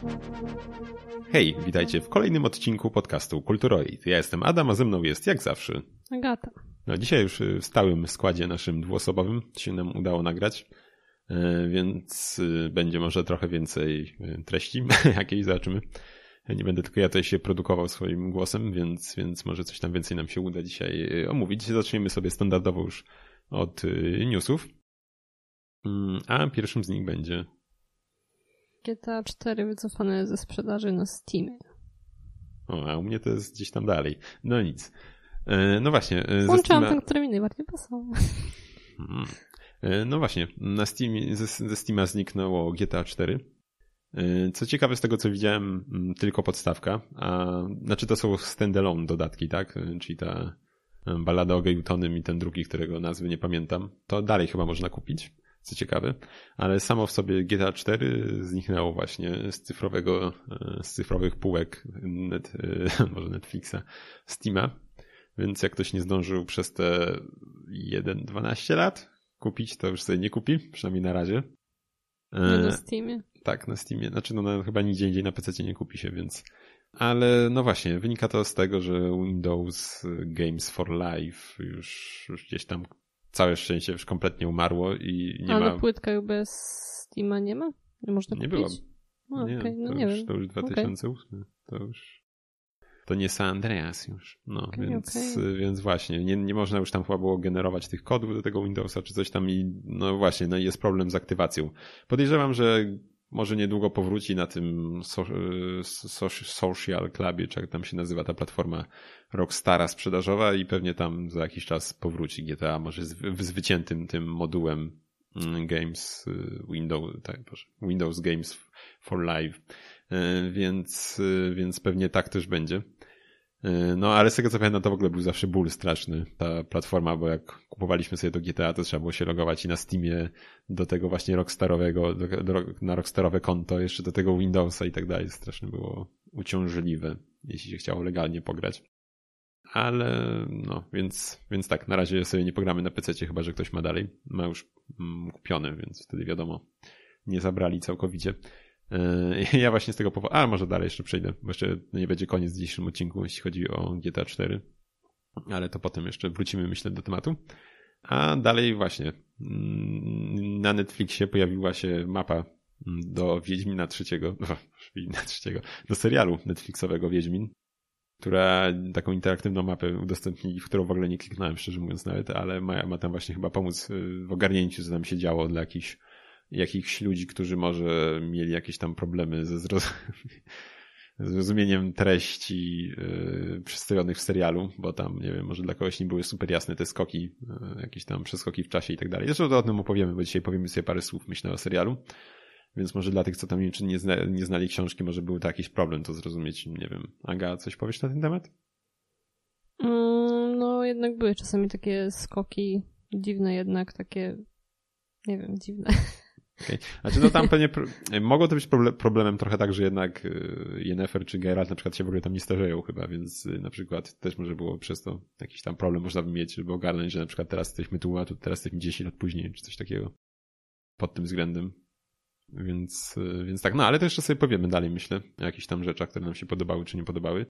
Hej, witajcie w kolejnym odcinku podcastu Kulturoid. Ja jestem Adam, a ze mną jest jak zawsze Agata. No dzisiaj już w stałym składzie naszym dwuosobowym się nam udało nagrać, więc będzie może trochę więcej treści, jakiejś zobaczymy. Nie będę tylko ja tutaj się produkował swoim głosem, więc może coś tam więcej nam się uda dzisiaj omówić. Zaczniemy sobie standardowo już od newsów, a pierwszym z nich będzie GTA 4 wycofane ze sprzedaży na Steamie. a u mnie to jest gdzieś tam dalej. No nic. No właśnie. Włączyłam ten, który mi najbardziej pasował. No właśnie, ze Steama zniknęło GTA 4. Co ciekawe, z tego co widziałem, tylko podstawka, znaczy to są standalone dodatki, tak? Czyli ta Ballada o Geju Tonym i ten drugi, którego nazwy nie pamiętam, to dalej chyba można kupić, co ciekawe, ale samo w sobie GTA 4 zniknęło właśnie z cyfrowych półek może Netflixa, Steama, więc jak ktoś nie zdążył przez te 12 lat kupić, to już sobie nie kupi, przynajmniej na razie. Nie na Steamie. Tak, na Steamie. Znaczy chyba nigdzie indziej na PC nie kupi się, więc... Ale no właśnie, wynika to z tego, że Windows Games for Life już gdzieś tam całe szczęście już kompletnie umarło i nie ma... Ale płytka już bez Steama nie ma? Nie można kupić? Nie była. Nie, okay, no nie wiem. To już 2008. Okay. To już... To nie San Andreas już. No, okay, więc właśnie, nie można już tam chyba było generować tych kodów do tego Windowsa czy coś tam i no właśnie, no i jest problem z aktywacją. Podejrzewam, że może niedługo powróci na tym Social Clubie, czy jak tam się nazywa ta platforma Rockstara sprzedażowa i pewnie tam za jakiś czas powróci GTA, może z wyciętym tym modułem Windows Games for Live. Więc pewnie tak też będzie. No, ale z tego co pamiętam, to w ogóle był zawsze ból straszny, ta platforma, bo jak kupowaliśmy sobie do GTA, to trzeba było się logować i na Steamie do tego właśnie Rockstarowego, na Rockstarowe konto, jeszcze do tego Windowsa i tak dalej. Strasznie było uciążliwe, jeśli się chciało legalnie pograć. Ale no, więc tak, na razie sobie nie pogramy na PC-cie, chyba że ktoś ma dalej. Ma już kupione, więc wtedy wiadomo, nie zabrali całkowicie. Ja właśnie z tego powodu, może dalej jeszcze przejdę, bo jeszcze nie będzie koniec w dzisiejszym odcinku, jeśli chodzi o GTA 4, ale to potem jeszcze wrócimy, myślę, do tematu. A dalej właśnie na Netflixie pojawiła się mapa do Wiedźmina III, do serialu Netflixowego Wiedźmin, która taką interaktywną mapę udostępnili, w którą w ogóle nie kliknąłem, szczerze mówiąc nawet, ale ma tam właśnie chyba pomóc w ogarnięciu, co tam się działo dla jakichś ludzi, którzy może mieli jakieś tam problemy ze zrozumieniem treści przedstawionych w serialu, bo tam, nie wiem, może dla kogoś nie były super jasne te skoki, jakieś tam przeskoki w czasie i tak dalej. Zresztą to o tym opowiemy, bo dzisiaj powiemy sobie parę słów, myślę, o serialu. Więc może dla tych, co tam nie znali książki, może był to jakiś problem to zrozumieć, nie wiem. Aga, coś powiesz na ten temat? No jednak były czasami takie skoki dziwne jednak, takie, nie wiem, dziwne. Okay. Znaczy no tam pewnie mogło to być problemem trochę tak, że jednak Yennefer czy Geralt na przykład się w ogóle tam nie starzeją chyba, więc na przykład też może było przez to jakiś tam problem można by mieć, żeby ogarnąć, że na przykład teraz jesteśmy tu, a tu teraz jesteśmy 10 lat później, czy coś takiego pod tym względem. Więc tak, no ale to jeszcze sobie powiemy dalej, myślę, o jakichś tam rzeczach, które nam się podobały czy nie podobały.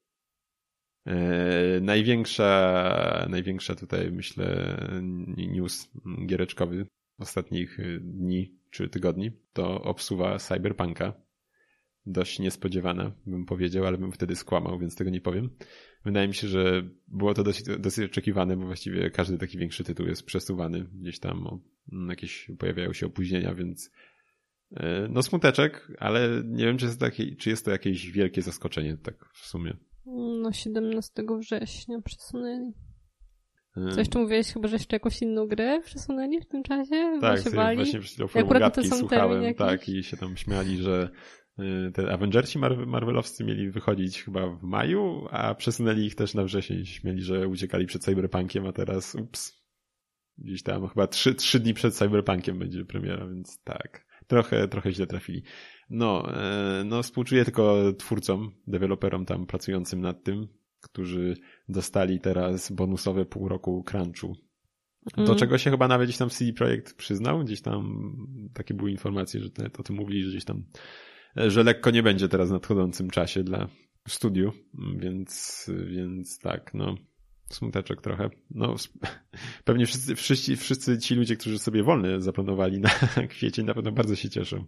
Największa tutaj, myślę, news giereczkowy ostatnich dni czy tygodni to obsuwa Cyberpunka. Dość niespodziewana, bym powiedział, ale bym wtedy skłamał, więc tego nie powiem. Wydaje mi się, że było to dosyć oczekiwane, bo właściwie każdy taki większy tytuł jest przesuwany. Gdzieś tam jakieś pojawiają się opóźnienia, więc no smuteczek, ale nie wiem, czy jest to jakieś wielkie zaskoczenie, tak w sumie. No 17 września przesunęli. Co jeszcze mówiłeś, chyba, że jeszcze jakąś inną grę przesunęli w tym czasie? Tak, się bali? Właśnie przed chwilą formułgatki słuchałem, tak, i się tam śmiali, że te Avengersi Marvelowscy mieli wychodzić chyba w maju, a przesunęli ich też na wrzesień. Śmieli, że uciekali przed Cyberpunkiem, a teraz gdzieś tam chyba 3 dni przed Cyberpunkiem będzie premiera, więc tak, trochę źle trafili. No współczuję tylko twórcom, deweloperom tam pracującym nad tym, którzy dostali teraz bonusowe pół roku crunchu. Do czego się chyba nawet gdzieś tam CD Projekt przyznał, gdzieś tam takie były informacje, że o tym mówili, że gdzieś tam że lekko nie będzie teraz w nadchodzącym czasie dla studiu, więc tak, no smuteczek trochę. No, pewnie wszyscy ci ludzie, którzy sobie wolne zaplanowali na kwiecień, na pewno bardzo się cieszą.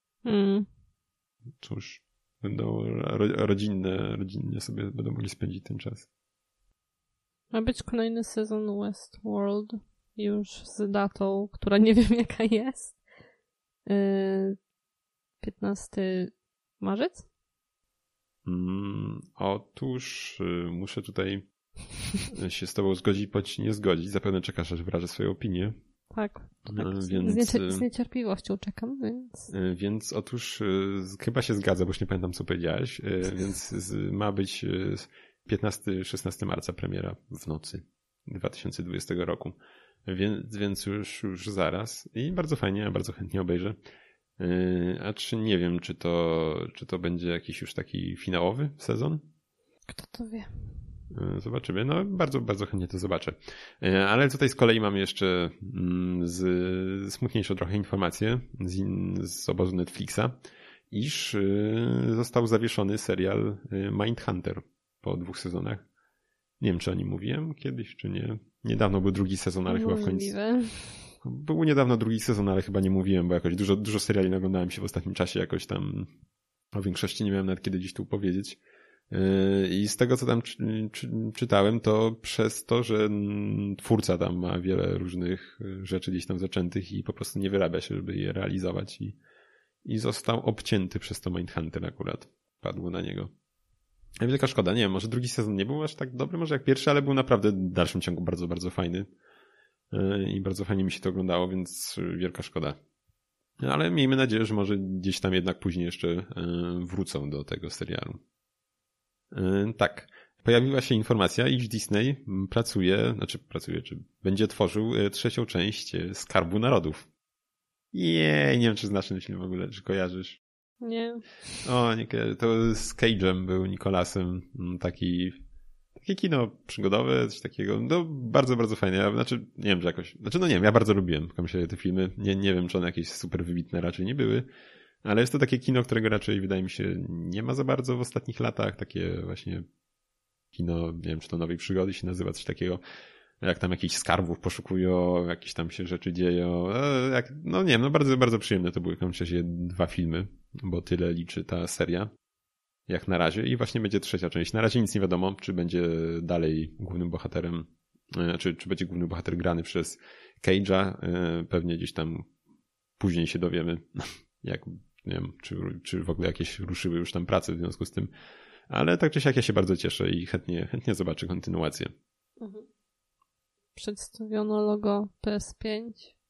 Cóż, będą rodzinnie sobie będą mogli spędzić ten czas. Ma być kolejny sezon Westworld już z datą, która nie wiem jaka jest. 15 marzec? Otóż muszę tutaj się z tobą zgodzić, bądź nie zgodzić. Zapewne czekasz, aż wyrażę swoją opinię. Tak. Z niecierpliwością czekam, więc... Więc otóż chyba się zgadza, bo już nie pamiętam, co powiedziałeś. Więc ma być 15-16 marca premiera w nocy 2020 roku. Więc już zaraz. I bardzo fajnie, ja bardzo chętnie obejrzę. A czy nie wiem, czy to będzie jakiś już taki finałowy sezon? Kto to wie? Zobaczymy. No, bardzo, bardzo chętnie to zobaczę. Ale tutaj z kolei mam jeszcze smutniejszą trochę informację z obozu Netflixa, iż został zawieszony serial Mindhunter po 2 sezonach. Nie wiem, czy o nim mówiłem kiedyś, czy nie. Niedawno był drugi sezon, ale chyba w końcu... Był niedawno drugi sezon, ale chyba nie mówiłem, bo jakoś dużo seriali naglądałem się w ostatnim czasie, jakoś tam o większości nie miałem nawet kiedy gdzieś tu powiedzieć. I z tego, co tam czytałem, to przez to, że twórca tam ma wiele różnych rzeczy gdzieś tam zaczętych i po prostu nie wyrabia się, żeby je realizować i został obcięty przez to Mindhunter akurat. Padło na niego. Wielka szkoda, nie wiem, może drugi sezon nie był aż tak dobry, może jak pierwszy, ale był naprawdę w dalszym ciągu bardzo, bardzo fajny. I bardzo fajnie mi się to oglądało, więc wielka szkoda. Ale miejmy nadzieję, że może gdzieś tam jednak później jeszcze wrócą do tego serialu. Tak. Pojawiła się informacja, iż Disney pracuje, czy będzie tworzył 3. część Skarbu Narodów. Nie wiem, czy znasz ten film w ogóle, czy kojarzysz? Nie. O, nie kojarzę. To z Cage'em był, Nicolasem, takie kino przygodowe, coś takiego. No, bardzo, bardzo fajne. Nie wiem, że jakoś... nie wiem, ja bardzo lubiłem w razie te filmy. Nie wiem, czy one jakieś super wybitne raczej nie były. Ale jest to takie kino, którego raczej, wydaje mi się, nie ma za bardzo w ostatnich latach. Takie właśnie kino, nie wiem, czy to Nowej Przygody się nazywa, coś takiego. Jak tam jakichś skarbów poszukują, jakieś tam się rzeczy dzieją. Nie wiem, bardzo, bardzo przyjemne to były w każdym razie 2 filmy, bo tyle liczy ta seria. Jak na razie. I właśnie będzie 3. część. Na razie nic nie wiadomo, czy będzie dalej głównym bohaterem, czy będzie główny bohater grany przez Cage'a. Pewnie gdzieś tam później się dowiemy, jak, nie wiem, czy w ogóle jakieś ruszyły już tam prace w związku z tym. Ale tak czy siak ja się bardzo cieszę i chętnie zobaczę kontynuację. Przedstawiono logo PS5.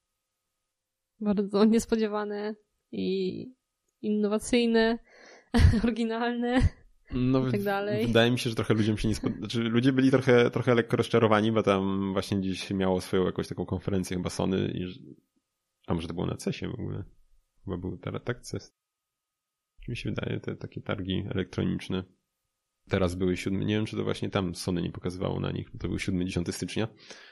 Bardzo niespodziewane i innowacyjne, oryginalne i tak dalej. Wydaje mi się, że trochę ludziom się nie ludzie byli trochę lekko rozczarowani, bo tam właśnie dziś miało swoją jakąś taką konferencję chyba Sony a może to było na CES-ie w ogóle? Chyba był tak CES. Mi się wydaje, te takie targi elektroniczne. Teraz były 7, nie wiem, czy to właśnie tam Sony nie pokazywało na nich, bo to był 7-10 stycznia.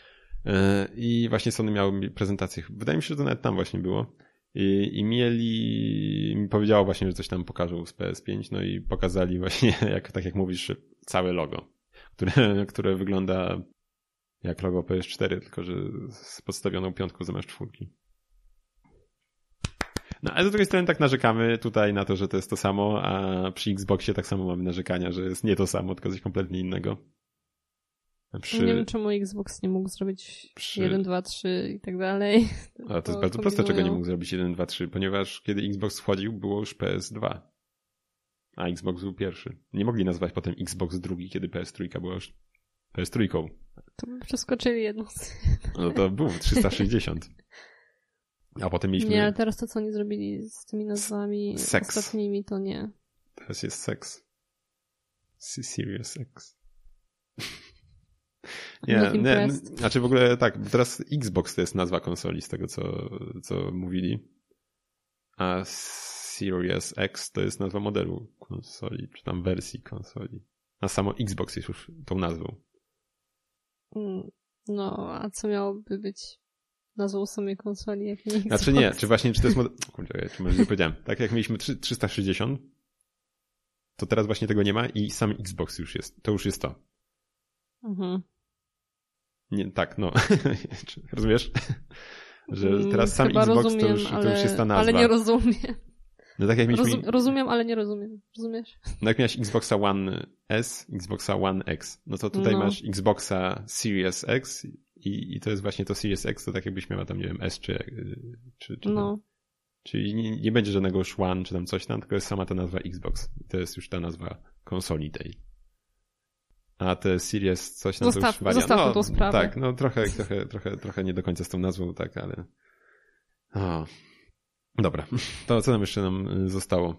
I właśnie Sony miało prezentację. Wydaje mi się, że to nawet tam właśnie było. I mi powiedziało właśnie, że coś tam pokażą z PS5, no i pokazali właśnie, tak jak mówisz, całe logo, które wygląda jak logo PS4, tylko że z podstawioną 5 zamiast 4. No, ale z drugiej strony tak narzekamy tutaj na to, że to jest to samo, a przy Xboxie tak samo mamy narzekania, że jest nie to samo, tylko coś kompletnie innego. Nie wiem, czemu Xbox nie mógł zrobić 1, 2, 3 i tak dalej. Ale to jest bardzo proste, czego nie mógł zrobić 1, 2, 3, ponieważ kiedy Xbox wchodził, było już PS2. A Xbox był pierwszy. Nie mogli nazwać potem Xbox drugi, kiedy PS3 była już PS3. To by przeskoczyli jedną. No to był 360. A potem mieliśmy... Nie, ale teraz to, co oni zrobili z tymi nazwami ostatnimi, to nie. Teraz jest Sex. Serious X. Nie, znaczy w ogóle tak, teraz Xbox to jest nazwa konsoli z tego, co mówili. A Series X to jest nazwa modelu konsoli, czy tam wersji konsoli. A samo Xbox jest już tą nazwą. No, a co miałoby być nazwą samej konsoli, jak nie Xbox. Znaczy nie, czy to jest model... Kurde, czy może nie powiedziałem. Tak jak mieliśmy 360, to teraz właśnie tego nie ma i sam Xbox już jest. To już jest to. Mhm. Nie, tak, no. Rozumiesz? Że teraz sam Chyba Xbox rozumiem, to już jest ta nazwa. ale nie rozumiem. No tak jak mieliśmy... Rozumiem, ale nie rozumiem. Rozumiesz? No jak miałeś Xboxa One S, Xboxa One X, no to tutaj masz Xboxa Series X i to jest właśnie to Series X, to tak jakbyś miała tam, nie wiem, S czy no. Czyli nie będzie żadnego już One czy tam coś tam, tylko jest sama ta nazwa Xbox. I to jest już ta nazwa konsoli tej. A te Series coś tam to już wariant. Zostawmy tą sprawę. Tak, no trochę nie do końca z tą nazwą, tak, ale... O. Dobra, to co nam jeszcze zostało?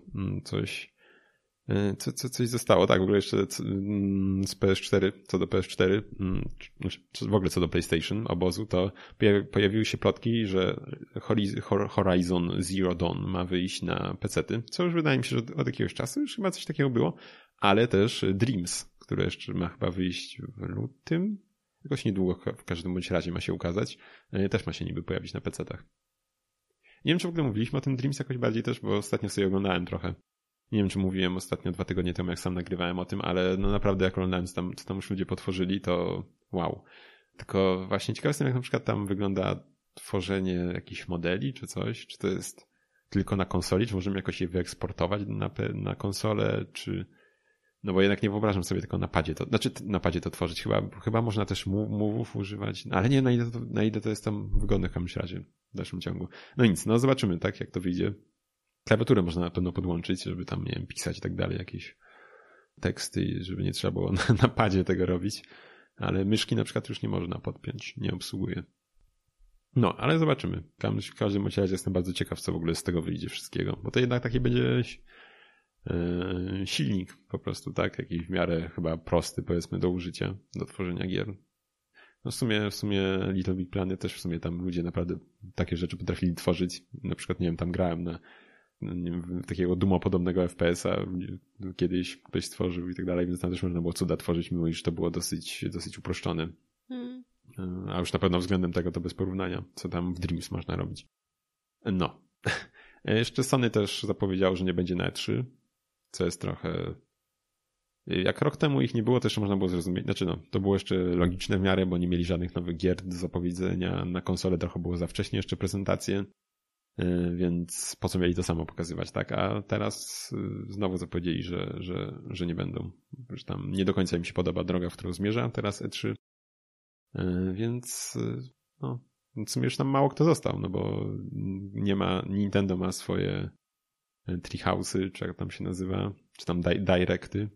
Coś zostało, tak, w ogóle jeszcze z PS4, co do PS4, czy w ogóle co do PlayStation, obozu, to pojawiły się plotki, że Horizon Zero Dawn ma wyjść na PC-ty, co już wydaje mi się, że od jakiegoś czasu już chyba coś takiego było, ale też Dreams, które jeszcze ma chyba wyjść w lutym, jakoś niedługo w każdym bądź razie ma się ukazać, też ma się niby pojawić na PC-tach. Nie wiem, czy w ogóle mówiliśmy o tym Dreams jakoś bardziej też, bo ostatnio sobie oglądałem trochę. Nie wiem, czy mówiłem ostatnio 2 tygodnie temu, jak sam nagrywałem o tym, ale no naprawdę jak oglądałem, co tam już ludzie potworzyli, to wow. Tylko właśnie ciekaw jestem, jak na przykład tam wygląda tworzenie jakichś modeli czy coś, czy to jest tylko na konsoli, czy możemy jakoś je wyeksportować na konsolę, czy... No bo jednak nie wyobrażam sobie tylko na padzie to tworzyć. Chyba można też move'ów używać, ale nie, na ile to jest tam wygodne w każdym razie w dalszym ciągu. No nic, no zobaczymy, tak, jak to wyjdzie. Klawiaturę można na pewno podłączyć, żeby tam, nie wiem, pisać i tak dalej, jakieś teksty, żeby nie trzeba było na padzie tego robić, ale myszki na przykład już nie można podpiąć, nie obsługuje. No, ale zobaczymy. W każdym razie jestem bardzo ciekaw, co w ogóle z tego wyjdzie wszystkiego, bo to jednak taki będzie silnik po prostu, tak? Jakiś w miarę chyba prosty, powiedzmy, do użycia, do tworzenia gier. No w sumie Little Big Planet też w sumie tam ludzie naprawdę takie rzeczy potrafili tworzyć. Na przykład, nie wiem, tam grałem na nie wiem, takiego dumopodobnego FPS-a kiedyś ktoś stworzył i tak dalej, więc tam też można było cuda tworzyć, mimo iż to było dosyć uproszczone. A już na pewno względem tego to bez porównania, co tam w Dreams można robić. No. Jeszcze Sony też zapowiedziało, że nie będzie na E3, co jest trochę... Jak rok temu ich nie było, to jeszcze można było zrozumieć. Znaczy no, to było jeszcze logiczne w miarę, bo nie mieli żadnych nowych gier do zapowiedzenia. Na konsolę trochę było za wcześnie jeszcze prezentacje, więc po co mieli to samo pokazywać, tak? A teraz znowu zapowiedzieli, że nie będą. Że tam nie do końca im się podoba droga, w którą zmierza teraz E3. Więc no, w sumie już tam mało kto został, no bo Nintendo ma swoje Treehouse'y, czy jak tam się nazywa, czy tam Directy.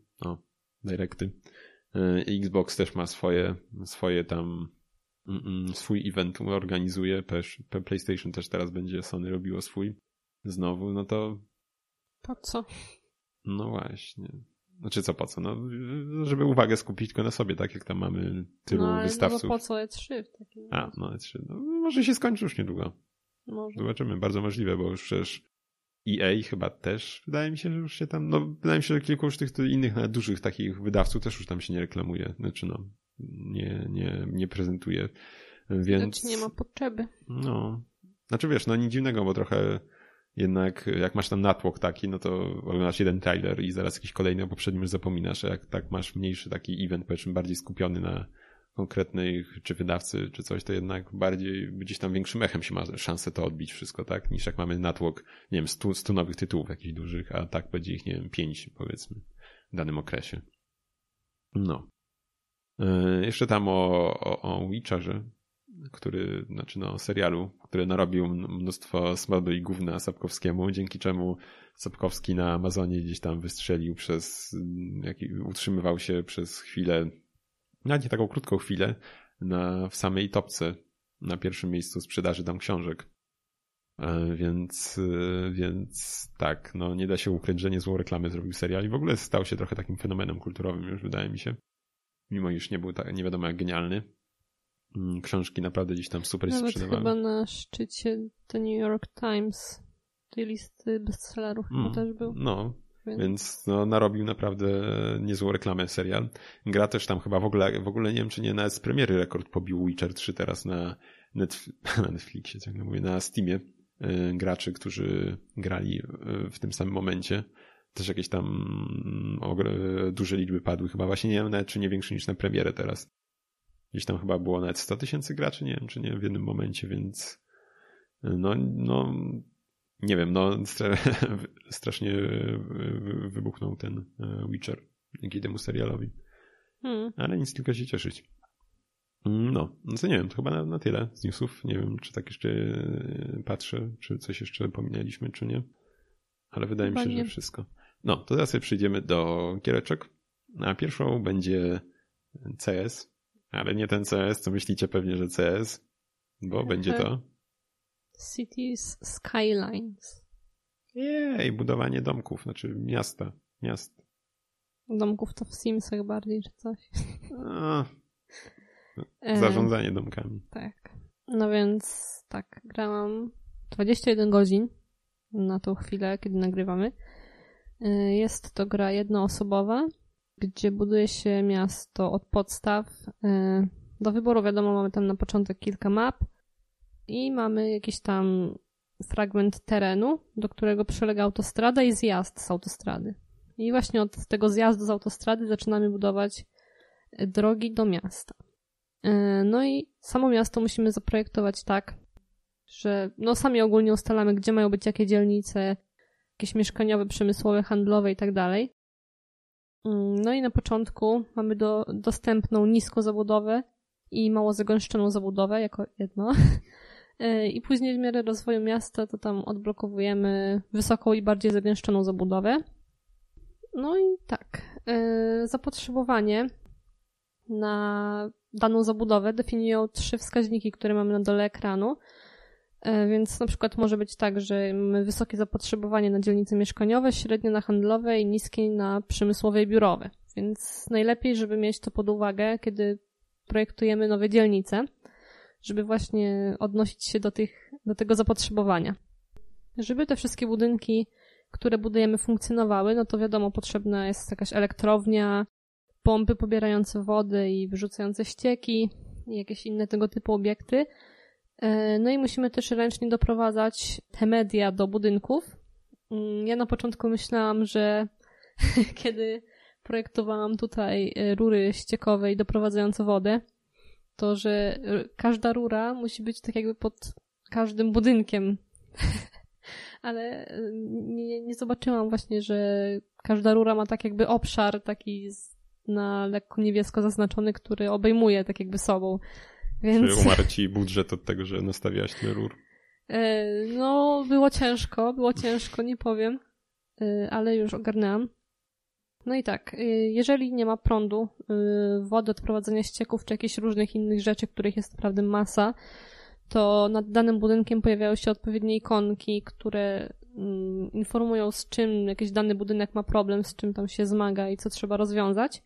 Xbox też ma swoje tam swój event organizuje, PlayStation też teraz będzie Sony robiło swój znowu, no to po co? No właśnie. Znaczy co po co? No, żeby uwagę skupić tylko na sobie, tak jak tam mamy tylu wystawców. No po co E3 w takim razie? A, no E3. No, może się skończy już niedługo. Może. Zobaczymy, bardzo możliwe, bo już przecież EA chyba też, wydaje mi się, że już się tam, no wydaje mi się, że kilku już tych innych nawet dużych takich wydawców też już tam się nie reklamuje. Znaczy no, nie prezentuje. Więc... Znaczy nie ma potrzeby. No. Znaczy wiesz, no nic dziwnego, bo trochę jednak jak masz tam natłok taki, no to oglądasz jeden trailer i zaraz jakiś kolejny, a poprzednim już zapominasz, a jak tak masz mniejszy taki event, powiedzmy bardziej skupiony na konkretnych czy wydawcy, czy coś, to jednak bardziej gdzieś tam większym echem się ma szansę to odbić wszystko, tak? Niż jak mamy natłok, nie wiem, 100 nowych tytułów jakichś dużych, a tak będzie ich, nie wiem, 5 powiedzmy w danym okresie. No. Jeszcze tam o Witcherze, serialu, który narobił mnóstwo smrodu i gówna Sapkowskiemu, dzięki czemu Sapkowski na Amazonie gdzieś tam wystrzelił utrzymywał się przez chwilę, nawet nie taką krótką chwilę, w samej topce, na pierwszym miejscu sprzedaży tam książek. Więc tak, no nie da się ukryć, że niezłą reklamę zrobił serial i w ogóle stał się trochę takim fenomenem kulturowym już, wydaje mi się. Mimo iż nie był nie wiadomo jak genialny. Książki naprawdę gdzieś tam super się sprzedawały. Chyba na szczycie The New York Times tej listy bestsellerów też był. No, więc no, narobił naprawdę niezłą reklamę serial. Gra też tam chyba w ogóle nie wiem, czy nie nawet z premiery rekord pobił Witcher 3 teraz na Netflixie, ciągle mówię, na Steamie graczy, którzy grali w tym samym momencie. Też jakieś tam duże liczby padły. Chyba właśnie nie wiem nawet, czy nie większe niż na premierę teraz. Gdzieś tam chyba było nawet 100 000 graczy, nie wiem, czy nie w jednym momencie, więc no nie wiem, strasznie wybuchnął ten Witcher dzięki temu serialowi. Ale nic, tylko się cieszyć. No co nie wiem, to chyba na tyle z newsów. Nie wiem, czy tak jeszcze patrzę, czy coś jeszcze pominęliśmy, czy nie. Ale wydaje mi się, że wszystko. No, to teraz sobie przejdziemy do giereczek. A pierwszą będzie CS, ale nie ten CS, co myślicie pewnie, że CS, bo będzie to Cities Skylines. Jej, budowanie domków, znaczy miast. Domków to w Simsach bardziej, czy coś. Zarządzanie domkami. Tak. No więc tak, grałam 21 godzin na tą chwilę, kiedy nagrywamy. Jest to gra jednoosobowa, gdzie buduje się miasto od podstaw. Do wyboru, wiadomo, mamy tam na początek kilka map i mamy jakiś tam fragment terenu, do którego przylega autostrada i zjazd z autostrady. I właśnie od tego zjazdu z autostrady zaczynamy budować drogi do miasta. No i samo miasto musimy zaprojektować tak, że sami ogólnie ustalamy, gdzie mają być jakie dzielnice, jakieś mieszkaniowe, przemysłowe, handlowe i tak dalej. No i na początku mamy dostępną niską zabudowę i mało zagęszczoną zabudowę jako jedno. I później w miarę rozwoju miasta to tam odblokowujemy wysoką i bardziej zagęszczoną zabudowę. No i tak, zapotrzebowanie na daną zabudowę definiują 3 wskaźniki, które mamy na dole ekranu. Więc na przykład może być tak, że mamy wysokie zapotrzebowanie na dzielnice mieszkaniowe, średnie na handlowe i niskie na przemysłowe i biurowe. Więc najlepiej, żeby mieć to pod uwagę, kiedy projektujemy nowe dzielnice, żeby właśnie odnosić się do tego zapotrzebowania. Żeby te wszystkie budynki, które budujemy, funkcjonowały, no to wiadomo, potrzebna jest jakaś elektrownia, pompy pobierające wodę i wyrzucające ścieki i jakieś inne tego typu obiekty. No i musimy też ręcznie doprowadzać te media do budynków. Ja na początku myślałam, że kiedy projektowałam tutaj rury ściekowe i doprowadzające wodę, to że każda rura musi być tak jakby pod każdym budynkiem. Ale nie zobaczyłam właśnie, że każda rura ma tak jakby obszar taki na lekko niebiesko zaznaczony, który obejmuje tak jakby sobą. Więc... Czy umarł ci budżet od tego, że nastawiałaś tyle rur? No, było ciężko, nie powiem, ale już ogarnęłam. No i tak, jeżeli nie ma prądu, wody, odprowadzenia ścieków, czy jakichś różnych innych rzeczy, których jest naprawdę masa, to nad danym budynkiem pojawiają się odpowiednie ikonki, które informują, z czym jakiś dany budynek ma problem, z czym tam się zmaga i co trzeba rozwiązać.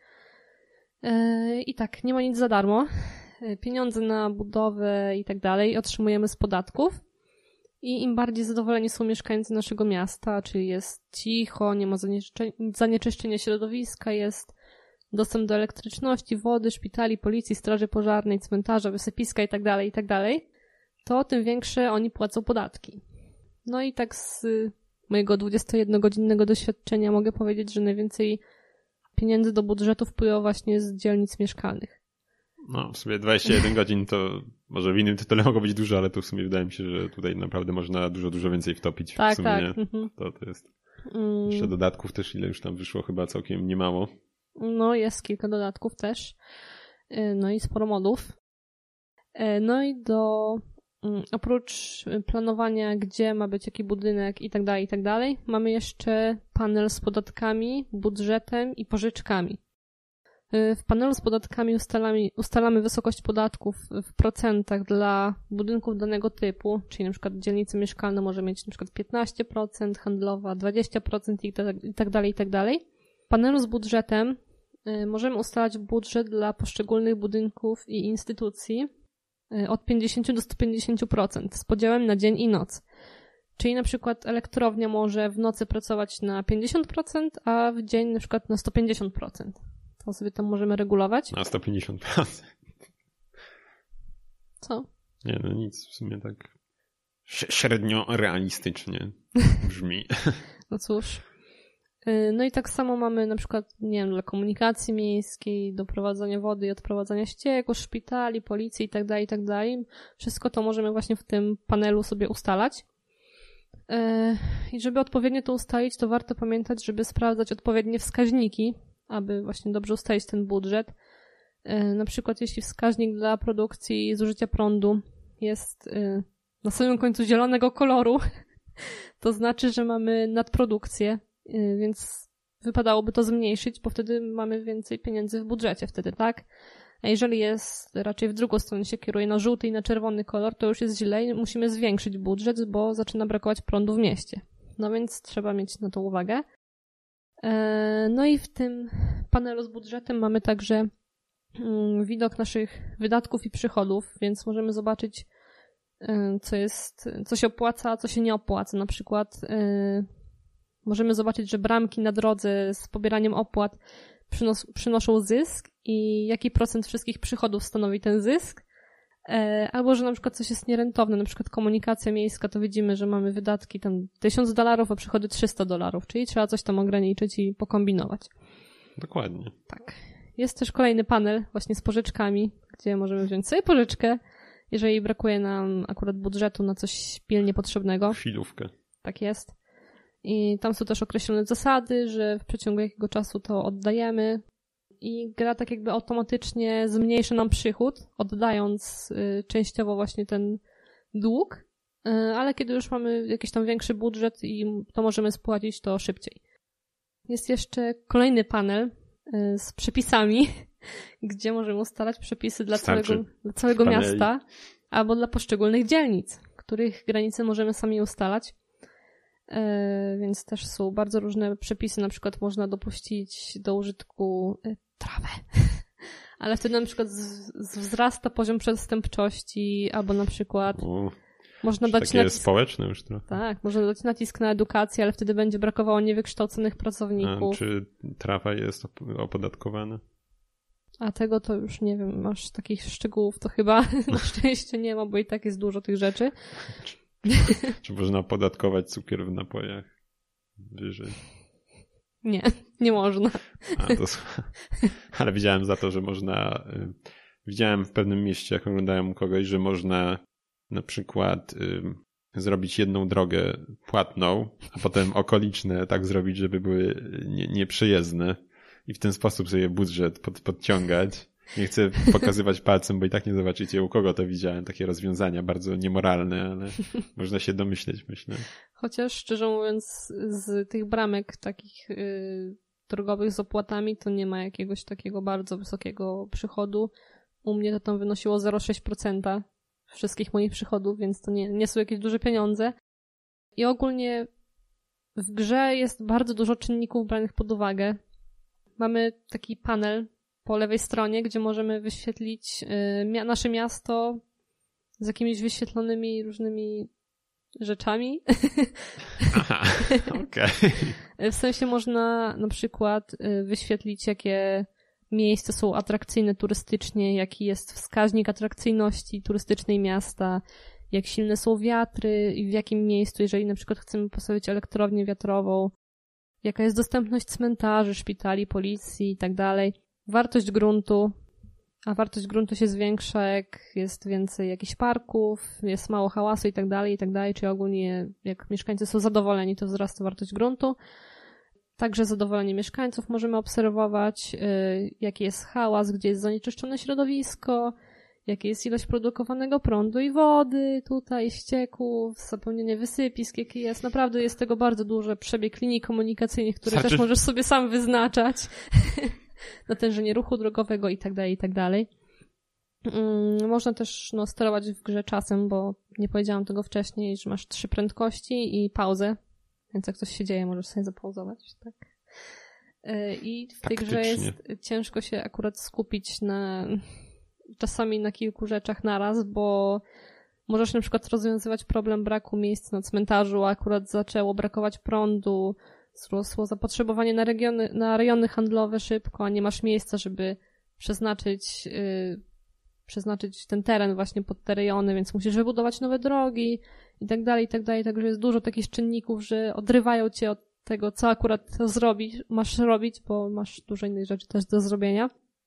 I tak, nie ma nic za darmo. Pieniądze na budowę i tak dalej otrzymujemy z podatków i im bardziej zadowoleni są mieszkańcy naszego miasta, czyli jest cicho, nie ma zanieczyszczenia środowiska, jest dostęp do elektryczności, wody, szpitali, policji, straży pożarnej, cmentarza, wysypiska i tak dalej, to tym większe oni płacą podatki. No i tak z mojego 21-godzinnego doświadczenia mogę powiedzieć, że najwięcej pieniędzy do budżetu wpływa właśnie z dzielnic mieszkalnych. No, w sumie 21 godzin to może w innym tytule mogło być dużo, ale tu w sumie wydaje mi się, że tutaj naprawdę można dużo więcej wtopić. Tak, w sumie, tak. To jest. Jeszcze dodatków też ile już tam wyszło, chyba całkiem niemało. No, jest kilka dodatków też. No i sporo modów. No i oprócz planowania, gdzie ma być jaki budynek i tak dalej, mamy jeszcze panel z podatkami, budżetem i pożyczkami. W panelu z podatkami ustalamy wysokość podatków w procentach dla budynków danego typu, czyli na przykład dzielnice mieszkalne może mieć na przykład 15%, handlowa 20% i tak dalej. W panelu z budżetem możemy ustalać budżet dla poszczególnych budynków i instytucji od 50 do 150% z podziałem na dzień i noc. Czyli na przykład elektrownia może w nocy pracować na 50%, a w dzień na przykład na 150%. To sobie tam możemy regulować. Na 150%. Co? Nie, no nic, w sumie tak średnio realistycznie brzmi. No cóż. No i tak samo mamy na przykład, nie wiem, dla komunikacji miejskiej, doprowadzania wody i odprowadzania ścieków, szpitali, policji i tak dalej. Wszystko to możemy właśnie w tym panelu sobie ustalać. I żeby odpowiednio to ustalić, to warto pamiętać, żeby sprawdzać odpowiednie wskaźniki, aby właśnie dobrze ustalić ten budżet. Na przykład jeśli wskaźnik dla produkcji zużycia prądu jest na samym końcu zielonego koloru, to znaczy, że mamy nadprodukcję, więc wypadałoby to zmniejszyć, bo wtedy mamy więcej pieniędzy w budżecie wtedy, tak? A jeżeli jest raczej w drugą stronę się kieruje na żółty i na czerwony kolor, to już jest źle i musimy zwiększyć budżet, bo zaczyna brakować prądu w mieście. No więc trzeba mieć na to uwagę. No i w tym panelu z budżetem mamy także widok naszych wydatków i przychodów, więc możemy zobaczyć, co się opłaca, a co się nie opłaca. Na przykład możemy zobaczyć, że bramki na drodze z pobieraniem opłat przynoszą zysk i jaki procent wszystkich przychodów stanowi ten zysk. Albo, że na przykład coś jest nierentowne, na przykład komunikacja miejska, to widzimy, że mamy wydatki tam $1000, a przychody $300, czyli trzeba coś tam ograniczyć i pokombinować. Dokładnie. Tak. Jest też kolejny panel właśnie z pożyczkami, gdzie możemy wziąć sobie pożyczkę, jeżeli brakuje nam akurat budżetu na coś pilnie potrzebnego. Chwilówkę. Tak jest. I tam są też określone zasady, że w przeciągu jakiego czasu to oddajemy i gra tak jakby automatycznie zmniejszy nam przychód, oddając częściowo właśnie ten dług, ale kiedy już mamy jakiś tam większy budżet i to możemy spłacić, to szybciej. Jest jeszcze kolejny panel z przepisami, gdzie możemy ustalać przepisy dla całego miasta albo dla poszczególnych dzielnic, których granice możemy sami ustalać. Więc też są bardzo różne przepisy, na przykład można dopuścić do użytku trawę, ale wtedy na przykład wzrasta poziom przestępczości, albo na przykład można dać takie społeczne już trochę. Tak, można dać nacisk na edukację, ale wtedy będzie brakowało niewykształconych pracowników. A czy trawa jest opodatkowana? A tego to już nie wiem, masz takich szczegółów, to chyba na szczęście nie ma, bo i tak jest dużo tych rzeczy. Czy można opodatkować cukier w napojach wyżej? Nie można. Ale widziałem za to, że można... Widziałem w pewnym mieście, jak oglądałem u kogoś, że można na przykład zrobić jedną drogę płatną, a potem okoliczne tak zrobić, żeby były nieprzejezdne i w ten sposób sobie budżet podciągać. Nie chcę pokazywać palcem, bo i tak nie zobaczycie, u kogo to widziałem. Takie rozwiązania bardzo niemoralne, ale można się domyśleć, myślę. Chociaż szczerze mówiąc, z tych bramek takich drogowych z opłatami to nie ma jakiegoś takiego bardzo wysokiego przychodu. U mnie to tam wynosiło 0,6% wszystkich moich przychodów, więc to nie są jakieś duże pieniądze. I ogólnie w grze jest bardzo dużo czynników branych pod uwagę. Mamy taki panel po lewej stronie, gdzie możemy wyświetlić nasze miasto z jakimiś wyświetlonymi różnymi rzeczami. Aha, okej. W sensie można na przykład wyświetlić, jakie miejsca są atrakcyjne turystycznie, jaki jest wskaźnik atrakcyjności turystycznej miasta, jak silne są wiatry i w jakim miejscu, jeżeli na przykład chcemy postawić elektrownię wiatrową, jaka jest dostępność cmentarzy, szpitali, policji i tak dalej. Wartość gruntu, a wartość gruntu się zwiększa, jak jest więcej jakichś parków, jest mało hałasu i tak dalej, czyli ogólnie jak mieszkańcy są zadowoleni, to wzrasta wartość gruntu. Także zadowolenie mieszkańców możemy obserwować, jaki jest hałas, gdzie jest zanieczyszczone środowisko, jaka jest ilość produkowanego prądu i wody, tutaj ścieków, zapełnienie wysypisk, jakie jest. Naprawdę jest tego bardzo dużo, przebieg linii komunikacyjnych, które też możesz sobie sam wyznaczać. Natężenie ruchu drogowego i tak dalej. Można też sterować w grze czasem, bo nie powiedziałam tego wcześniej, że masz 3 prędkości i pauzę, więc jak coś się dzieje, możesz sobie zapauzować. Tak. I w tej grze jest ciężko się akurat skupić czasami na kilku rzeczach naraz, bo możesz na przykład rozwiązywać problem braku miejsc na cmentarzu, a akurat zaczęło brakować prądu, wzrosło zapotrzebowanie na rejony handlowe szybko, a nie masz miejsca, żeby przeznaczyć przeznaczyć ten teren właśnie pod te rejony, więc musisz wybudować nowe drogi i tak dalej, także jest dużo takich czynników, że odrywają cię od tego, co akurat masz robić, bo masz dużo innych rzeczy też do zrobienia.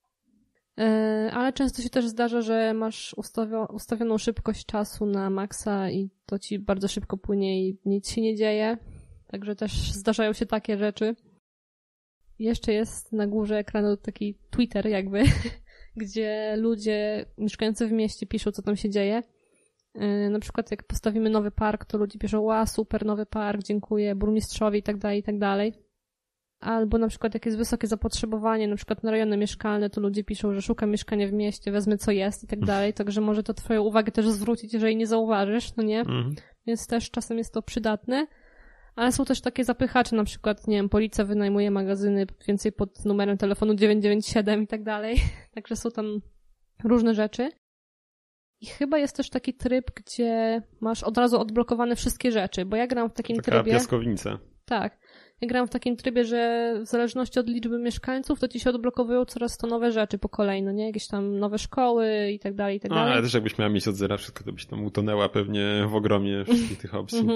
Ale często się też zdarza, że masz ustawioną szybkość czasu na maksa i to ci bardzo szybko płynie i nic się nie dzieje. Także też zdarzają się takie rzeczy. Jeszcze jest na górze ekranu taki Twitter jakby, gdzie ludzie mieszkający w mieście piszą, co tam się dzieje. Na przykład jak postawimy nowy park, to ludzie piszą, super, nowy park, dziękuję burmistrzowi i tak dalej, i tak dalej. Albo na przykład jak jest wysokie zapotrzebowanie, na przykład na rejony mieszkalne, to ludzie piszą, że szukam mieszkania w mieście, wezmę co jest i tak dalej, także może to twoją uwagę też zwrócić, jeżeli nie zauważysz, no nie? Więc też czasem jest to przydatne. Ale są też takie zapychacze, na przykład, nie wiem, policja wynajmuje magazyny więcej pod numerem telefonu 997 i tak dalej. Także są tam różne rzeczy. I chyba jest też taki tryb, gdzie masz od razu odblokowane wszystkie rzeczy, bo ja gram w takim trybie... Taka piaskownica. Tak. Ja gram w takim trybie, że w zależności od liczby mieszkańców, to ci się odblokowują coraz to nowe rzeczy po kolei, no nie? Jakieś tam nowe szkoły i tak dalej, i tak dalej. Ale też jakbyś miała mieć od zera wszystko, to byś tam utonęła pewnie w ogromie wszystkich tych opcji.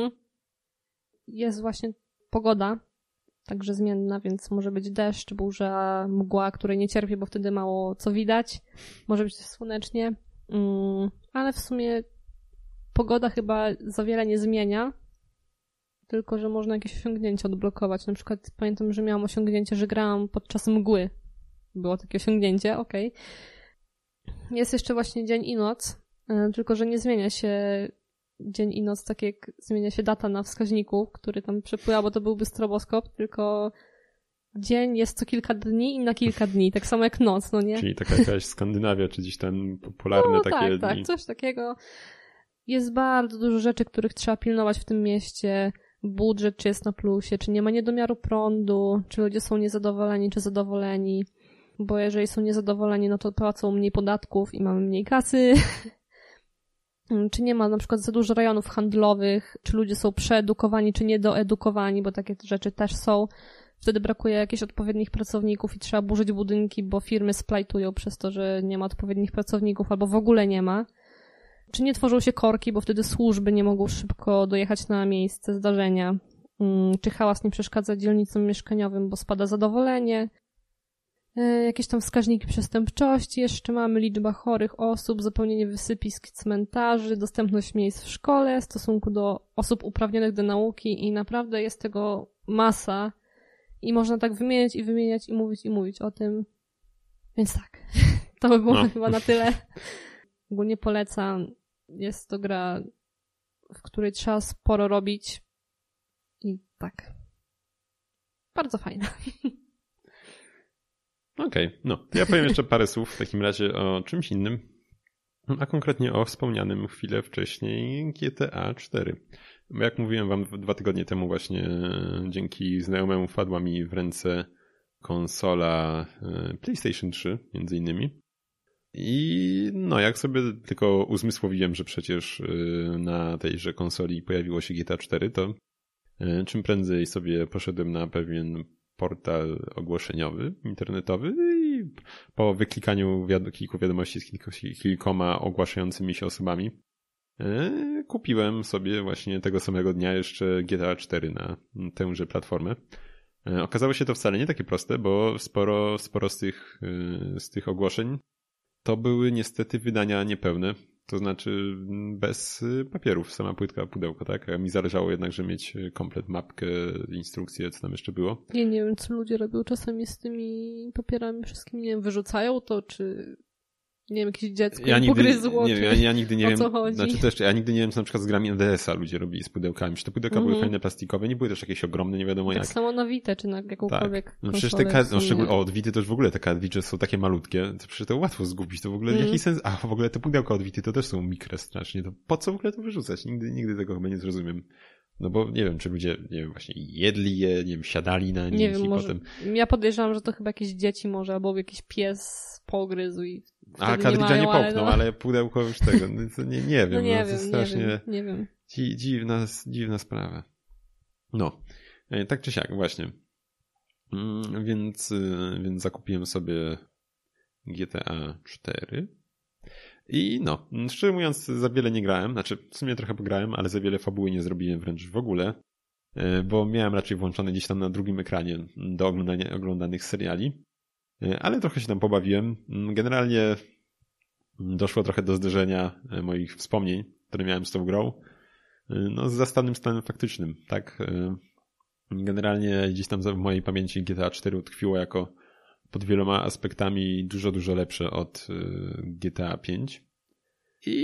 Jest właśnie pogoda, także zmienna, więc może być deszcz, burza, mgła, której nie cierpię, bo wtedy mało co widać. Może być słonecznie, ale w sumie pogoda chyba za wiele nie zmienia, tylko że można jakieś osiągnięcie odblokować. Na przykład pamiętam, że miałam osiągnięcie, że grałam podczas mgły. Było takie osiągnięcie, okej. Jest jeszcze właśnie dzień i noc, tylko że nie zmienia się dzień i noc, tak jak zmienia się data na wskaźniku, który tam przepływa, bo to byłby stroboskop, tylko dzień jest co kilka dni i na kilka dni, tak samo jak noc, no nie? Czyli taka jakaś Skandynawia, czy gdzieś tam popularne takie dni. Tak, coś takiego. Jest bardzo dużo rzeczy, których trzeba pilnować w tym mieście. Budżet, czy jest na plusie, czy nie ma niedomiaru prądu, czy ludzie są niezadowoleni, czy zadowoleni. Bo jeżeli są niezadowoleni, no to płacą mniej podatków i mamy mniej kasy. Czy nie ma na przykład za dużo rejonów handlowych, czy ludzie są przeedukowani, czy niedoedukowani, bo takie rzeczy też są. Wtedy brakuje jakichś odpowiednich pracowników i trzeba burzyć budynki, bo firmy splajtują przez to, że nie ma odpowiednich pracowników albo w ogóle nie ma. Czy nie tworzą się korki, bo wtedy służby nie mogą szybko dojechać na miejsce zdarzenia. Czy hałas nie przeszkadza dzielnicom mieszkaniowym, bo spada zadowolenie. Jakieś tam wskaźniki przestępczości, jeszcze mamy liczba chorych osób, zapełnienie wysypisk cmentarzy, dostępność miejsc w szkole w stosunku do osób uprawnionych do nauki i naprawdę jest tego masa i można tak wymieniać i mówić o tym. Więc tak, to by było chyba na tyle. Ogólnie polecam. Jest to gra, w której trzeba sporo robić i tak. Bardzo fajna. Okej, ja powiem jeszcze parę słów w takim razie o czymś innym, a konkretnie o wspomnianym chwilę wcześniej GTA 4. Bo jak mówiłem wam 2 tygodnie temu właśnie dzięki znajomemu wpadła mi w ręce konsola PlayStation 3 między innymi. I jak sobie tylko uzmysłowiłem, że przecież na tejże konsoli pojawiło się GTA 4, to czym prędzej sobie poszedłem na pewien portal ogłoszeniowy, internetowy i po wyklikaniu kilku wiadomości z kilkoma ogłaszającymi się osobami kupiłem sobie właśnie tego samego dnia jeszcze GTA 4 na tęże platformę. Okazało się to wcale nie takie proste, bo sporo z tych ogłoszeń to były niestety wydania niepełne, to znaczy bez papierów, sama płytka, pudełko, tak? A mi zależało jednak, żeby mieć komplet, mapkę, instrukcję, co tam jeszcze było. Ja nie wiem, co ludzie robią czasami z tymi papierami wszystkimi, nie wiem, wyrzucają to, czy nie wiem, jakieś dziecko pogryzło, nie wiem, ja nigdy nie wiem, co chodzi. Znaczy też, ja nigdy nie wiem, co na przykład z grami NDS-a ludzie robili z pudełkami. Czy te pudełka były fajne, plastikowe, nie były też jakieś ogromne, nie wiadomo jak. Tak samo na Vita, czy na jakąkolwiek konsolę. No przecież te od Vity to już w ogóle te cartridge są takie malutkie, to przecież to łatwo zgubić, to w ogóle jaki sens, a w ogóle te pudełka od Vity to też są mikre strasznie, to po co w ogóle to wyrzucać? Nigdy tego chyba nie zrozumiem. No bo nie wiem, czy ludzie, nie wiem, właśnie jedli je, nie wiem, siadali na nich i potem... Ja podejrzewam, że to chyba jakieś dzieci może, albo jakiś pies pogryzł i cartridge'a nie popchnął, ale pudełko już tego, nie wiem, to strasznie... Nie wiem. Dziwna sprawa. Tak czy siak, właśnie. Więc zakupiłem sobie GTA 4. I no, szczerze mówiąc, za wiele nie grałem, znaczy w sumie trochę pograłem, ale za wiele fabuły nie zrobiłem wręcz w ogóle, bo miałem raczej włączone gdzieś tam na drugim ekranie do oglądanych seriali, ale trochę się tam pobawiłem. Generalnie doszło trochę do zderzenia moich wspomnień, które miałem z tą grą, no z zastanym stanem faktycznym, tak? Generalnie gdzieś tam w mojej pamięci GTA 4 utkwiło jako pod wieloma aspektami dużo, dużo lepsze od GTA 5. I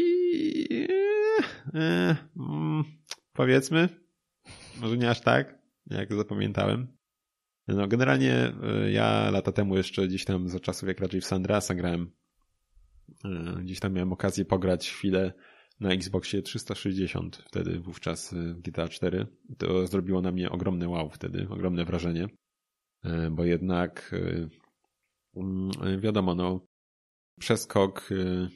powiedzmy, może nie aż tak, jak zapamiętałem. No generalnie ja lata temu jeszcze gdzieś tam za czasów jak raczej w San Andreasa grałem. Gdzieś tam miałem okazję pograć chwilę na Xboxie 360 wtedy wówczas w GTA 4. To zrobiło na mnie ogromne wow wtedy, ogromne wrażenie, bo jednak wiadomo, no przeskok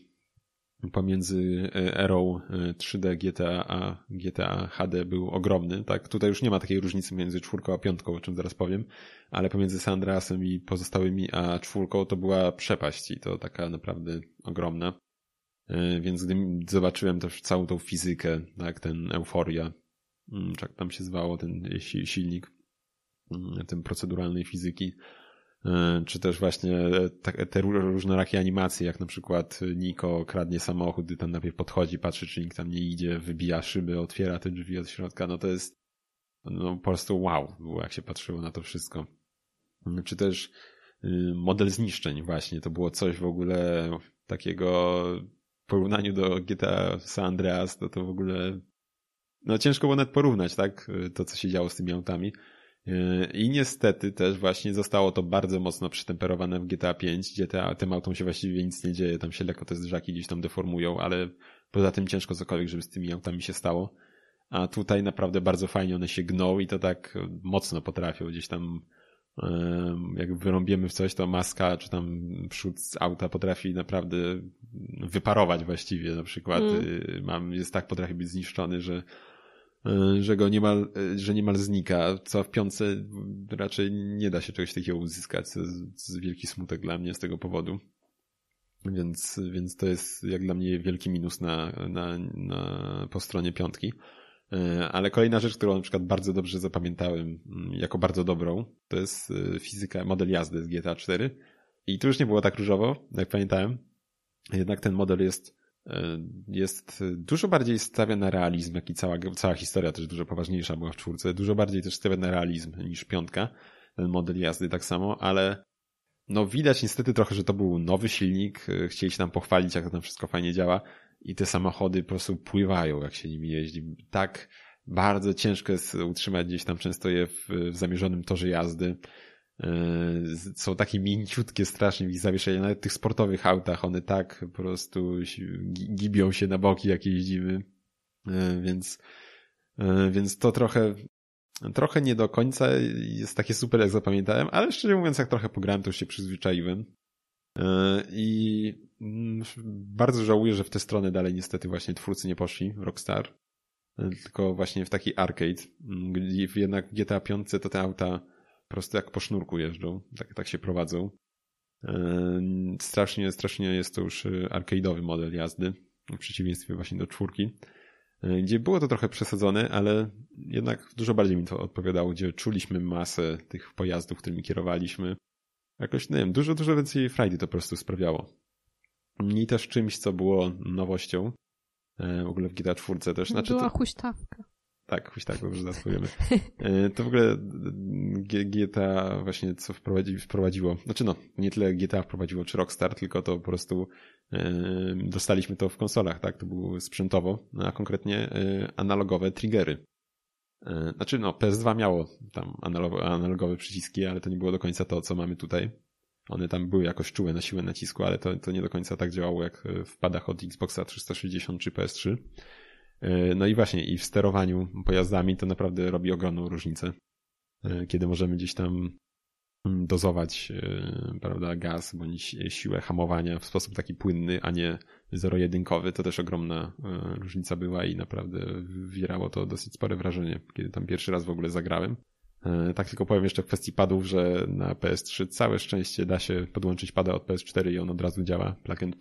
pomiędzy erą 3D GTA a GTA HD był ogromny, tak? Tutaj już nie ma takiej różnicy między 4 a 5, o czym zaraz powiem, ale pomiędzy San Andreasem i pozostałymi a 4 to była przepaść i to taka naprawdę ogromna. Więc gdy zobaczyłem też całą tą fizykę, tak, ten Euforia, jak tam się zwało, ten silnik, ten proceduralnej fizyki, czy też właśnie te różnorakie animacje, jak na przykład Niko kradnie samochód, gdy tam najpierw podchodzi, patrzy, czy nikt tam nie idzie, wybija szyby, otwiera te drzwi od środka, no to jest no po prostu wow, było jak się patrzyło na to wszystko. Czy też model zniszczeń właśnie, to było coś w ogóle takiego w porównaniu do GTA San Andreas, to w ogóle no ciężko było nawet porównać, tak, to co się działo z tymi autami. I niestety też właśnie zostało to bardzo mocno przytemperowane w GTA 5, gdzie tym autom się właściwie nic nie dzieje, tam się lekko te zderzaki gdzieś tam deformują, ale poza tym ciężko cokolwiek, żeby z tymi autami się stało. A tutaj naprawdę bardzo fajnie one się gną i to tak mocno potrafią gdzieś tam, jak wyrąbiemy w coś, to maska czy tam przód z auta potrafi naprawdę wyparować właściwie, na przykład potrafi być zniszczony, że go niemal znika, co w 5 raczej nie da się czegoś takiego uzyskać, to jest wielki smutek dla mnie z tego powodu. Więc to jest jak dla mnie wielki minus po stronie 5. Ale kolejna rzecz, którą na przykład bardzo dobrze zapamiętałem jako bardzo dobrą, to jest fizyka, model jazdy z GTA 4. I tu już nie było tak różowo, jak pamiętałem. Jednak ten model jest dużo bardziej stawia na realizm, jak i cała historia też dużo poważniejsza była w 4. Dużo bardziej też stawia na realizm niż 5. Ten model jazdy tak samo, ale no widać niestety trochę, że to był nowy silnik. Chcieli się tam pochwalić, jak to tam wszystko fajnie działa i te samochody po prostu pływają, jak się nimi jeździ. Tak bardzo ciężko jest utrzymać gdzieś tam często je w zamierzonym torze jazdy. Są takie mięciutkie strasznie w ich zawieszeniu. Nawet w tych sportowych autach one tak po prostu gibią się na boki, jak jeździmy. Więc to trochę nie do końca jest takie super, jak zapamiętałem, ale szczerze mówiąc, jak trochę pograłem, to już się przyzwyczaiłem. I bardzo żałuję, że w tę stronę dalej niestety właśnie twórcy nie poszli, Rockstar, tylko właśnie w taki arcade. Jednak w GTA 5 to te auta po prostu jak po sznurku jeżdżą, tak się prowadzą. Strasznie jest to już arcade'owy model jazdy, w przeciwieństwie właśnie do 4, gdzie było to trochę przesadzone, ale jednak dużo bardziej mi to odpowiadało, gdzie czuliśmy masę tych pojazdów, którymi kierowaliśmy. Jakoś, nie wiem, dużo więcej frajdy to po prostu sprawiało. I też czymś, co było nowością, w ogóle w GTA 4 też. Była huśtawka. Tak, huśtawka, dobrze zaraz powiemy. To w ogóle GTA właśnie co wprowadziło, znaczy no, nie tyle GTA wprowadziło, czy Rockstar, tylko to po prostu dostaliśmy to w konsolach, tak, to było sprzętowo, a konkretnie analogowe triggery. Znaczy no, PS2 miało tam analogowe przyciski, ale to nie było do końca to, co mamy tutaj. One tam były jakoś czułe na siłę nacisku, ale to nie do końca tak działało jak w padach od Xboxa 360 czy PS3. No i właśnie, i w sterowaniu pojazdami to naprawdę robi ogromną różnicę. Kiedy możemy gdzieś tam dozować, prawda, gaz bądź siłę hamowania w sposób taki płynny, a nie zero-jedynkowy, to też ogromna różnica była i naprawdę wywierało to dosyć spore wrażenie, kiedy tam pierwszy raz w ogóle zagrałem. Tak tylko powiem jeszcze w kwestii padów, że na PS3 całe szczęście da się podłączyć pada od PS4 i on od razu działa plug and play.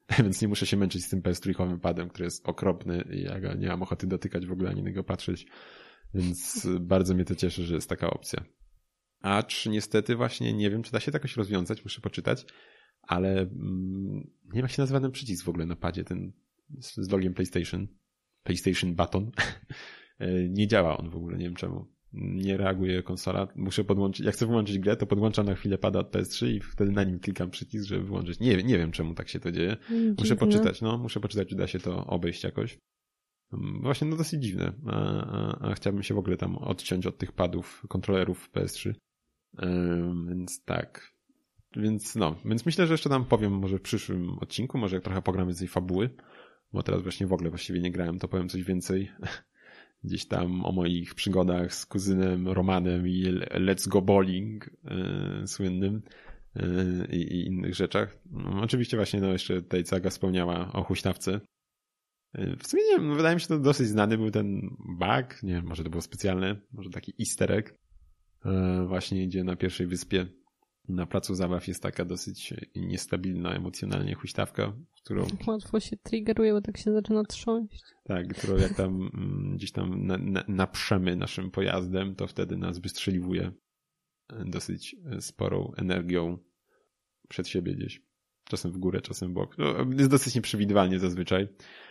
więc nie muszę się męczyć z tym PS3 padem, który jest okropny i ja go nie mam ochoty dotykać w ogóle, ani na niego patrzeć, więc bardzo mnie to cieszy, że jest taka opcja. Acz niestety właśnie nie wiem, czy da się to jakoś rozwiązać, muszę poczytać, ale nie wiem, jak się nazywa ten przycisk w ogóle na padzie, ten z logiem PlayStation Button. Nie działa on w ogóle, nie wiem czemu. Nie reaguje konsola. Muszę podłączyć, jak chcę wyłączyć grę, to podłączam na chwilę pada od PS3 i wtedy na nim klikam przycisk, żeby wyłączyć. Nie wiem czemu tak się to dzieje. Muszę poczytać, czy da się to obejść jakoś. Właśnie, no dosyć dziwne. A chciałbym się w ogóle tam odciąć od tych padów, kontrolerów PS3. Więc tak. Więc myślę, że jeszcze tam powiem może w przyszłym odcinku, może jak trochę pogram z tej fabuły, bo teraz właśnie w ogóle właściwie nie grałem, to powiem coś więcej. Gdzieś tam o moich przygodach z kuzynem Romanem i Let's Go Bowling słynnym i innych rzeczach. Oczywiście właśnie jeszcze tutaj Saga wspomniała o huśtawce. W sumie nie wiem, wydaje mi się, to dosyć znany był ten bug, nie wiem, może to było specjalne, może taki easter egg, właśnie gdzie na pierwszej wyspie na placu zabaw jest taka dosyć niestabilna emocjonalnie huśtawka, którą... Łatwo się triggeruje, bo tak się zaczyna trząść. Tak, którą jak tam gdzieś tam naprzemy naszym pojazdem, to wtedy nas wystrzeliwuje dosyć sporą energią przed siebie gdzieś. Czasem w górę, czasem w bok. Jest dosyć nieprzewidywalnie zazwyczaj.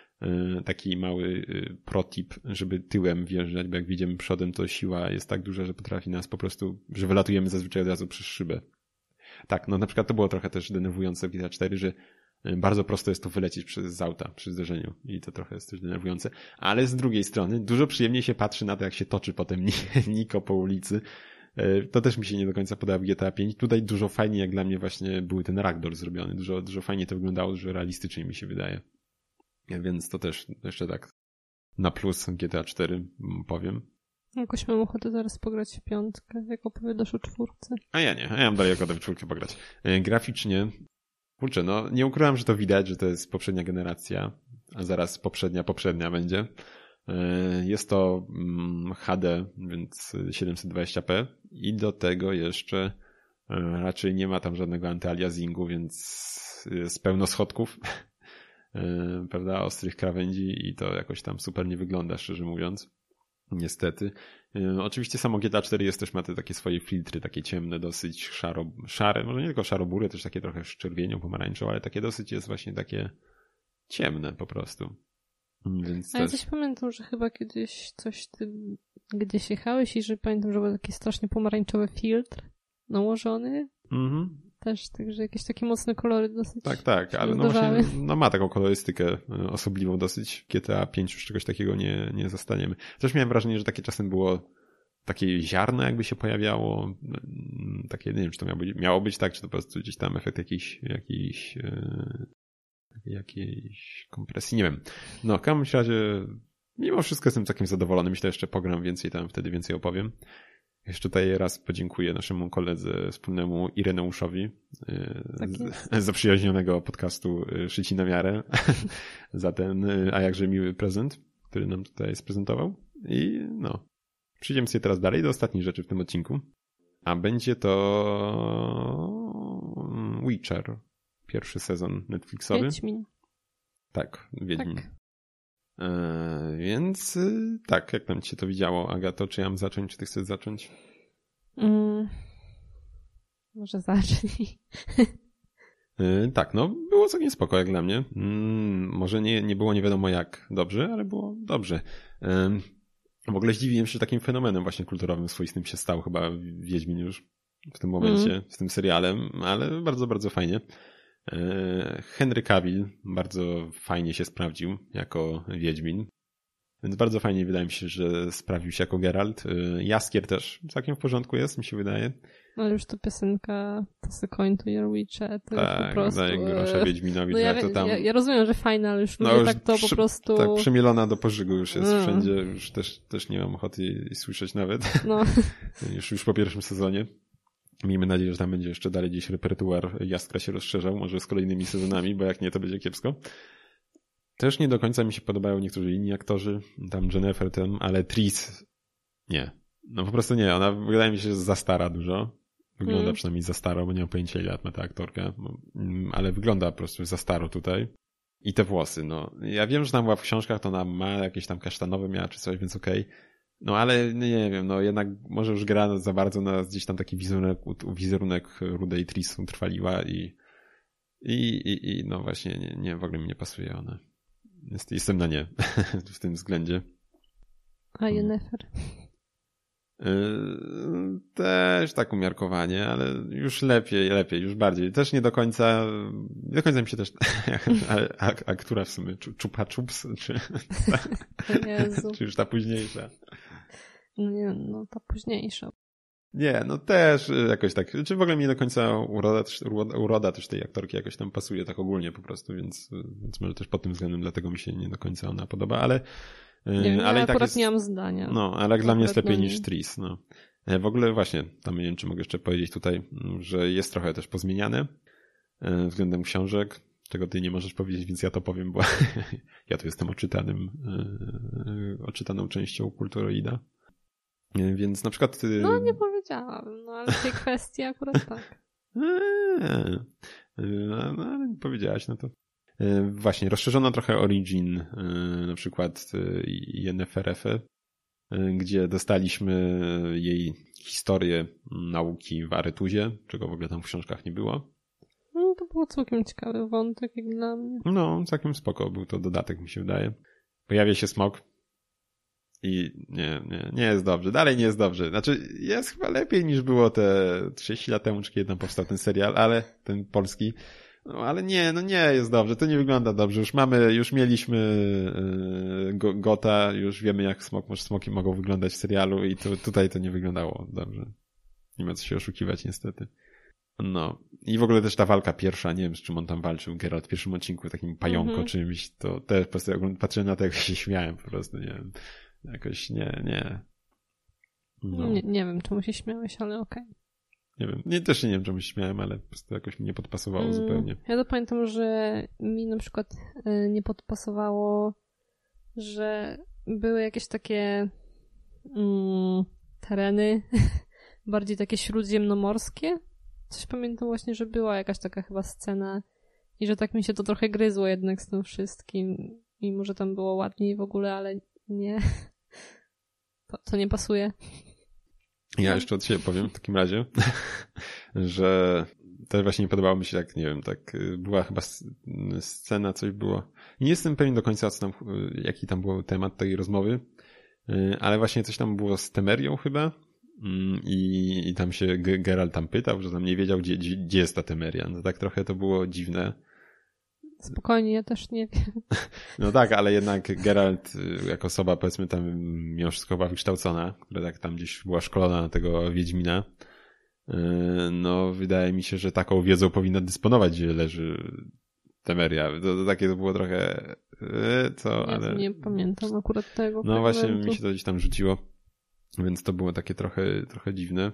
Taki mały protip, żeby tyłem wjeżdżać, bo jak widzimy przodem, to siła jest tak duża, że potrafi nas po prostu, że wylatujemy zazwyczaj od razu przez szybę. Tak, no na przykład to było trochę też denerwujące w GTA 4, że bardzo prosto jest to wylecieć z auta przy zderzeniu i to trochę jest też denerwujące, ale z drugiej strony dużo przyjemniej się patrzy na to, jak się toczy potem Niko po ulicy. To też mi się nie do końca podoba w GTA 5. Tutaj dużo fajniej, jak dla mnie właśnie były ten ragdoll zrobiony. Dużo fajniej to wyglądało, dużo realistycznie mi się wydaje. Więc to też jeszcze tak na plus GTA 4 powiem. Jakoś mam ochotę zaraz pograć w 5, jak opowiadasz o 4. A ja nie, ja mam dalej ochotę w 4 pograć. Graficznie, kurczę, no nie ukrywam, że to widać, że to jest poprzednia generacja, a zaraz poprzednia będzie. Jest to HD, więc 720p i do tego jeszcze raczej nie ma tam żadnego antyaliasingu, więc jest pełno schodków. Prawda, ostrych krawędzi i to jakoś tam super nie wygląda, szczerze mówiąc. Niestety. Oczywiście samo GTA 4 też ma te takie swoje filtry, takie ciemne, dosyć szare, może nie tylko szarobury, też takie trochę z czerwienią, pomarańczą, ale takie dosyć jest właśnie takie ciemne po prostu. Więc ja coś pamiętam, że chyba kiedyś coś ty gdzieś jechałeś i że pamiętam, że był taki strasznie pomarańczowy filtr nałożony. Też, także jakieś takie mocne kolory dosyć. Tak, ale no właśnie ma taką kolorystykę osobliwą dosyć. GTA 5 już czegoś takiego nie zastaniemy. Też miałem wrażenie, że takie czasem było takie ziarno jakby się pojawiało. Takie, nie wiem, czy to miało być tak, czy to po prostu gdzieś tam efekt jakiejś kompresji, nie wiem. No, w każdym razie mimo wszystko jestem całkiem zadowolony. Myślę, że jeszcze pogram więcej tam, wtedy więcej opowiem. Jeszcze tutaj raz podziękuję naszemu koledze wspólnemu Ireneuszowi z zaprzyjaźnionego podcastu Szyci na miarę za ten, a jakże miły prezent, który nam tutaj sprezentował. I no, przyjdziemy sobie teraz dalej do ostatniej rzeczy w tym odcinku, a będzie to Witcher, pierwszy sezon Netflixowy. Wiedźmin. Tak, Wiedźmin. Tak. Więc tak, jak tam ci się to widziało, Agato? Czy ja mam zacząć, czy ty chcesz zacząć? Może zacznij. Tak, no było całkiem spoko jak dla mnie. Może nie było nie wiadomo jak dobrze, ale było dobrze. W ogóle zdziwiłem się, że takim fenomenem właśnie kulturowym swoistym się stał chyba Wiedźmin już w tym momencie, z tym serialem, ale bardzo, bardzo fajnie. Henry Cavill bardzo fajnie się sprawdził jako Wiedźmin, więc bardzo fajnie wydaje mi się, że sprawdził się jako Geralt. Jaskier też całkiem w porządku jest, mi się wydaje. Ale już to piosenka Toss a Coin to Your Witcher, to tak, już po prostu... Tak, grosza Wiedźminowi. No ja rozumiem, że fajna, ale już lubię tak to po prostu... Tak, przemielona do pożygu już jest wszędzie, już też nie mam ochoty jej słyszeć nawet. No. już po pierwszym sezonie. Miejmy nadzieję, że tam będzie jeszcze dalej gdzieś repertuar Jaskra się rozszerzał, może z kolejnymi sezonami, bo jak nie, to będzie kiepsko. Też nie do końca mi się podobają niektórzy inni aktorzy, tam Jennifer, ale Tris nie. No po prostu nie, ona wydaje mi się, że jest za stara dużo. Wygląda przynajmniej za staro, bo nie mam pojęcia ile lat ma ta aktorka, ale wygląda po prostu za staro tutaj. I te włosy, no. Ja wiem, że tam była w książkach, to ona ma jakieś tam kasztanowe miała czy coś, więc okej. No ale nie wiem, no jednak może już gra za bardzo na gdzieś tam taki wizerunek rudej Triss utrwaliła i no właśnie nie, w ogóle mi nie pasuje ona. Jestem na nie w tym względzie. A Yennefer? Też tak umiarkowanie, ale już lepiej, już bardziej. Też nie do końca mi się też, a która w sumie? Chupa Chups? Czy już ta późniejsza? No nie, no ta późniejsza. Nie, no też jakoś tak, czy w ogóle mi nie do końca uroda też tej aktorki jakoś tam pasuje tak ogólnie po prostu, więc może też pod tym względem dlatego mi się nie do końca ona podoba, ale nie, ale ja i tak akurat jest, nie mam zdania. No, ale dla mnie jest lepiej nie. niż Triss, no. W ogóle właśnie, tam nie wiem, czy mogę jeszcze powiedzieć tutaj, że jest trochę też pozmieniane względem książek, czego ty nie możesz powiedzieć, więc ja to powiem, bo ja tu jestem oczytaną częścią Kulturoida. Więc na przykład... No, nie powiedziałam, no ale w tej kwestii akurat tak. No, ale nie powiedziałaś, no to... Właśnie, rozszerzono trochę origin, na przykład Yenneferefy, gdzie dostaliśmy jej historię nauki w Aretuzie, czego w ogóle tam w książkach nie było. No, to było całkiem ciekawy wątek jak dla mnie. No, całkiem spoko, był to dodatek, mi się wydaje. Pojawia się smok i nie jest dobrze. Dalej nie jest dobrze. Znaczy, jest chyba lepiej niż było te 30 lat temu, czy kiedy tam powstał ten serial, ale ten polski. No, ale nie jest dobrze. To nie wygląda dobrze. Już mieliśmy Gota, już wiemy jak smoki mogą wyglądać w serialu i tutaj to nie wyglądało dobrze. Nie ma co się oszukiwać niestety. No. I w ogóle też ta walka pierwsza, nie wiem z czym on tam walczył, Geralt w pierwszym odcinku, takim pająko czymś, to też po prostu patrzyłem na to, jak się śmiałem po prostu, nie wiem. Jakoś nie. No. Nie wiem, czemu się śmiałeś, ale okej. Nie wiem, też nie wiem, czemu się śmiałem, ale po prostu jakoś mi nie podpasowało zupełnie. Ja to pamiętam, że mi na przykład nie podpasowało, że były jakieś takie tereny bardziej takie śródziemnomorskie. Coś pamiętam właśnie, że była jakaś taka chyba scena i że tak mi się to trochę gryzło jednak z tym wszystkim. Mimo, że tam było ładniej w ogóle, ale nie. To nie pasuje. Ja jeszcze od siebie powiem w takim razie, że też właśnie nie podobało mi się, jak nie wiem, tak była chyba scena, coś było. Nie jestem pewien do końca, jaki tam był temat tej rozmowy, ale właśnie coś tam było z Temerią chyba i tam się Geralt tam pytał, że tam nie wiedział, gdzie jest ta Temeria. No tak trochę to było dziwne. Spokojnie, ja też nie wiem. No tak, ale jednak Geralt jako osoba, powiedzmy tam mimo wszystko była wykształcona, która tak tam gdzieś była szkolona na tego Wiedźmina. No wydaje mi się, że taką wiedzą powinna dysponować, gdzie leży Temeria. To takie to było trochę ale... nie pamiętam akurat tego. No właśnie mi się to gdzieś tam rzuciło, więc to było takie trochę dziwne.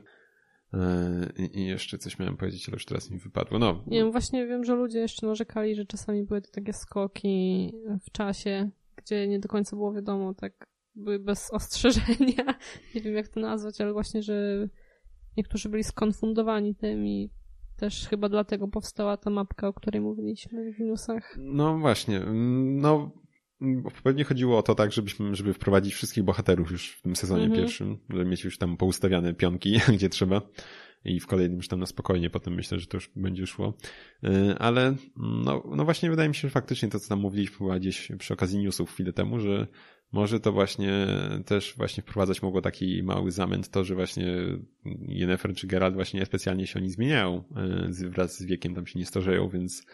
I jeszcze coś miałem powiedzieć, ale już teraz mi wypadło. No. Nie wiem, właśnie wiem, że ludzie jeszcze narzekali, że czasami były to takie skoki w czasie, gdzie nie do końca było wiadomo, tak były bez ostrzeżenia. Nie wiem jak to nazwać, ale właśnie, że niektórzy byli skonfundowani tym i też chyba dlatego powstała ta mapka, o której mówiliśmy w newsach. No właśnie, no pewnie chodziło o to tak, żeby wprowadzić wszystkich bohaterów już w tym sezonie pierwszym, żeby mieć już tam poustawiane pionki, gdzie trzeba i w kolejnym już tam na spokojnie potem myślę, że to już będzie szło. Ale no właśnie wydaje mi się, że faktycznie to, co tam mówiliśmy chyba gdzieś przy okazji newsów chwilę temu, że może to właśnie też właśnie wprowadzać mogło taki mały zamęt to, że właśnie Yennefer czy Geralt właśnie specjalnie się oni zmieniają wraz z wiekiem, tam się nie starzeją,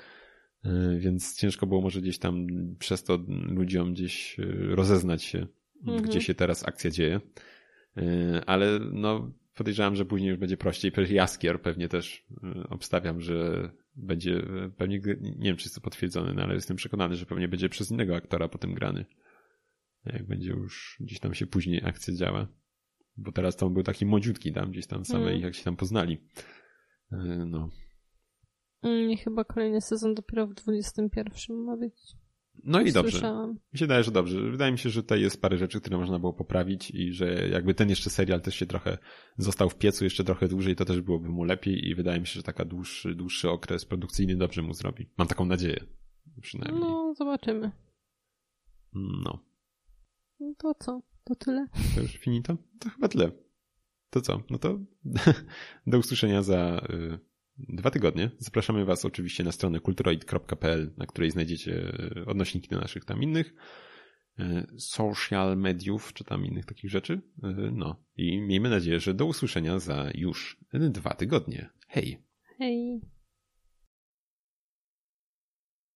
więc ciężko było może gdzieś tam przez to ludziom gdzieś rozeznać się, gdzie się teraz akcja dzieje. Ale no podejrzewam, że później już będzie prościej. Jaskier pewnie też obstawiam, że będzie pewnie, nie wiem czy jest to potwierdzone, no, ale jestem przekonany, że pewnie będzie przez innego aktora potem grany. Jak będzie już gdzieś tam się później akcja działa. Bo teraz to był taki młodziutki tam, gdzieś tam same ich jak się tam poznali. No. I chyba kolejny sezon dopiero w 21 ma być. No i dobrze. Słyszałam. Mi się wydaje, że dobrze. Wydaje mi się, że tutaj jest parę rzeczy, które można było poprawić i że jakby ten jeszcze serial też się trochę został w piecu jeszcze trochę dłużej, to też byłoby mu lepiej i wydaje mi się, że taka dłuższy okres produkcyjny dobrze mu zrobi. Mam taką nadzieję. przynajmniej. No, zobaczymy. No. To co? To tyle? To już finito? To chyba tyle. To co? No to do usłyszenia za 2 tygodnie. Zapraszamy Was oczywiście na stronę kulturoid.pl, na której znajdziecie odnośniki do naszych tam innych social mediów, czy tam innych takich rzeczy. No i miejmy nadzieję, że do usłyszenia za już 2 tygodnie. Hej! Hej!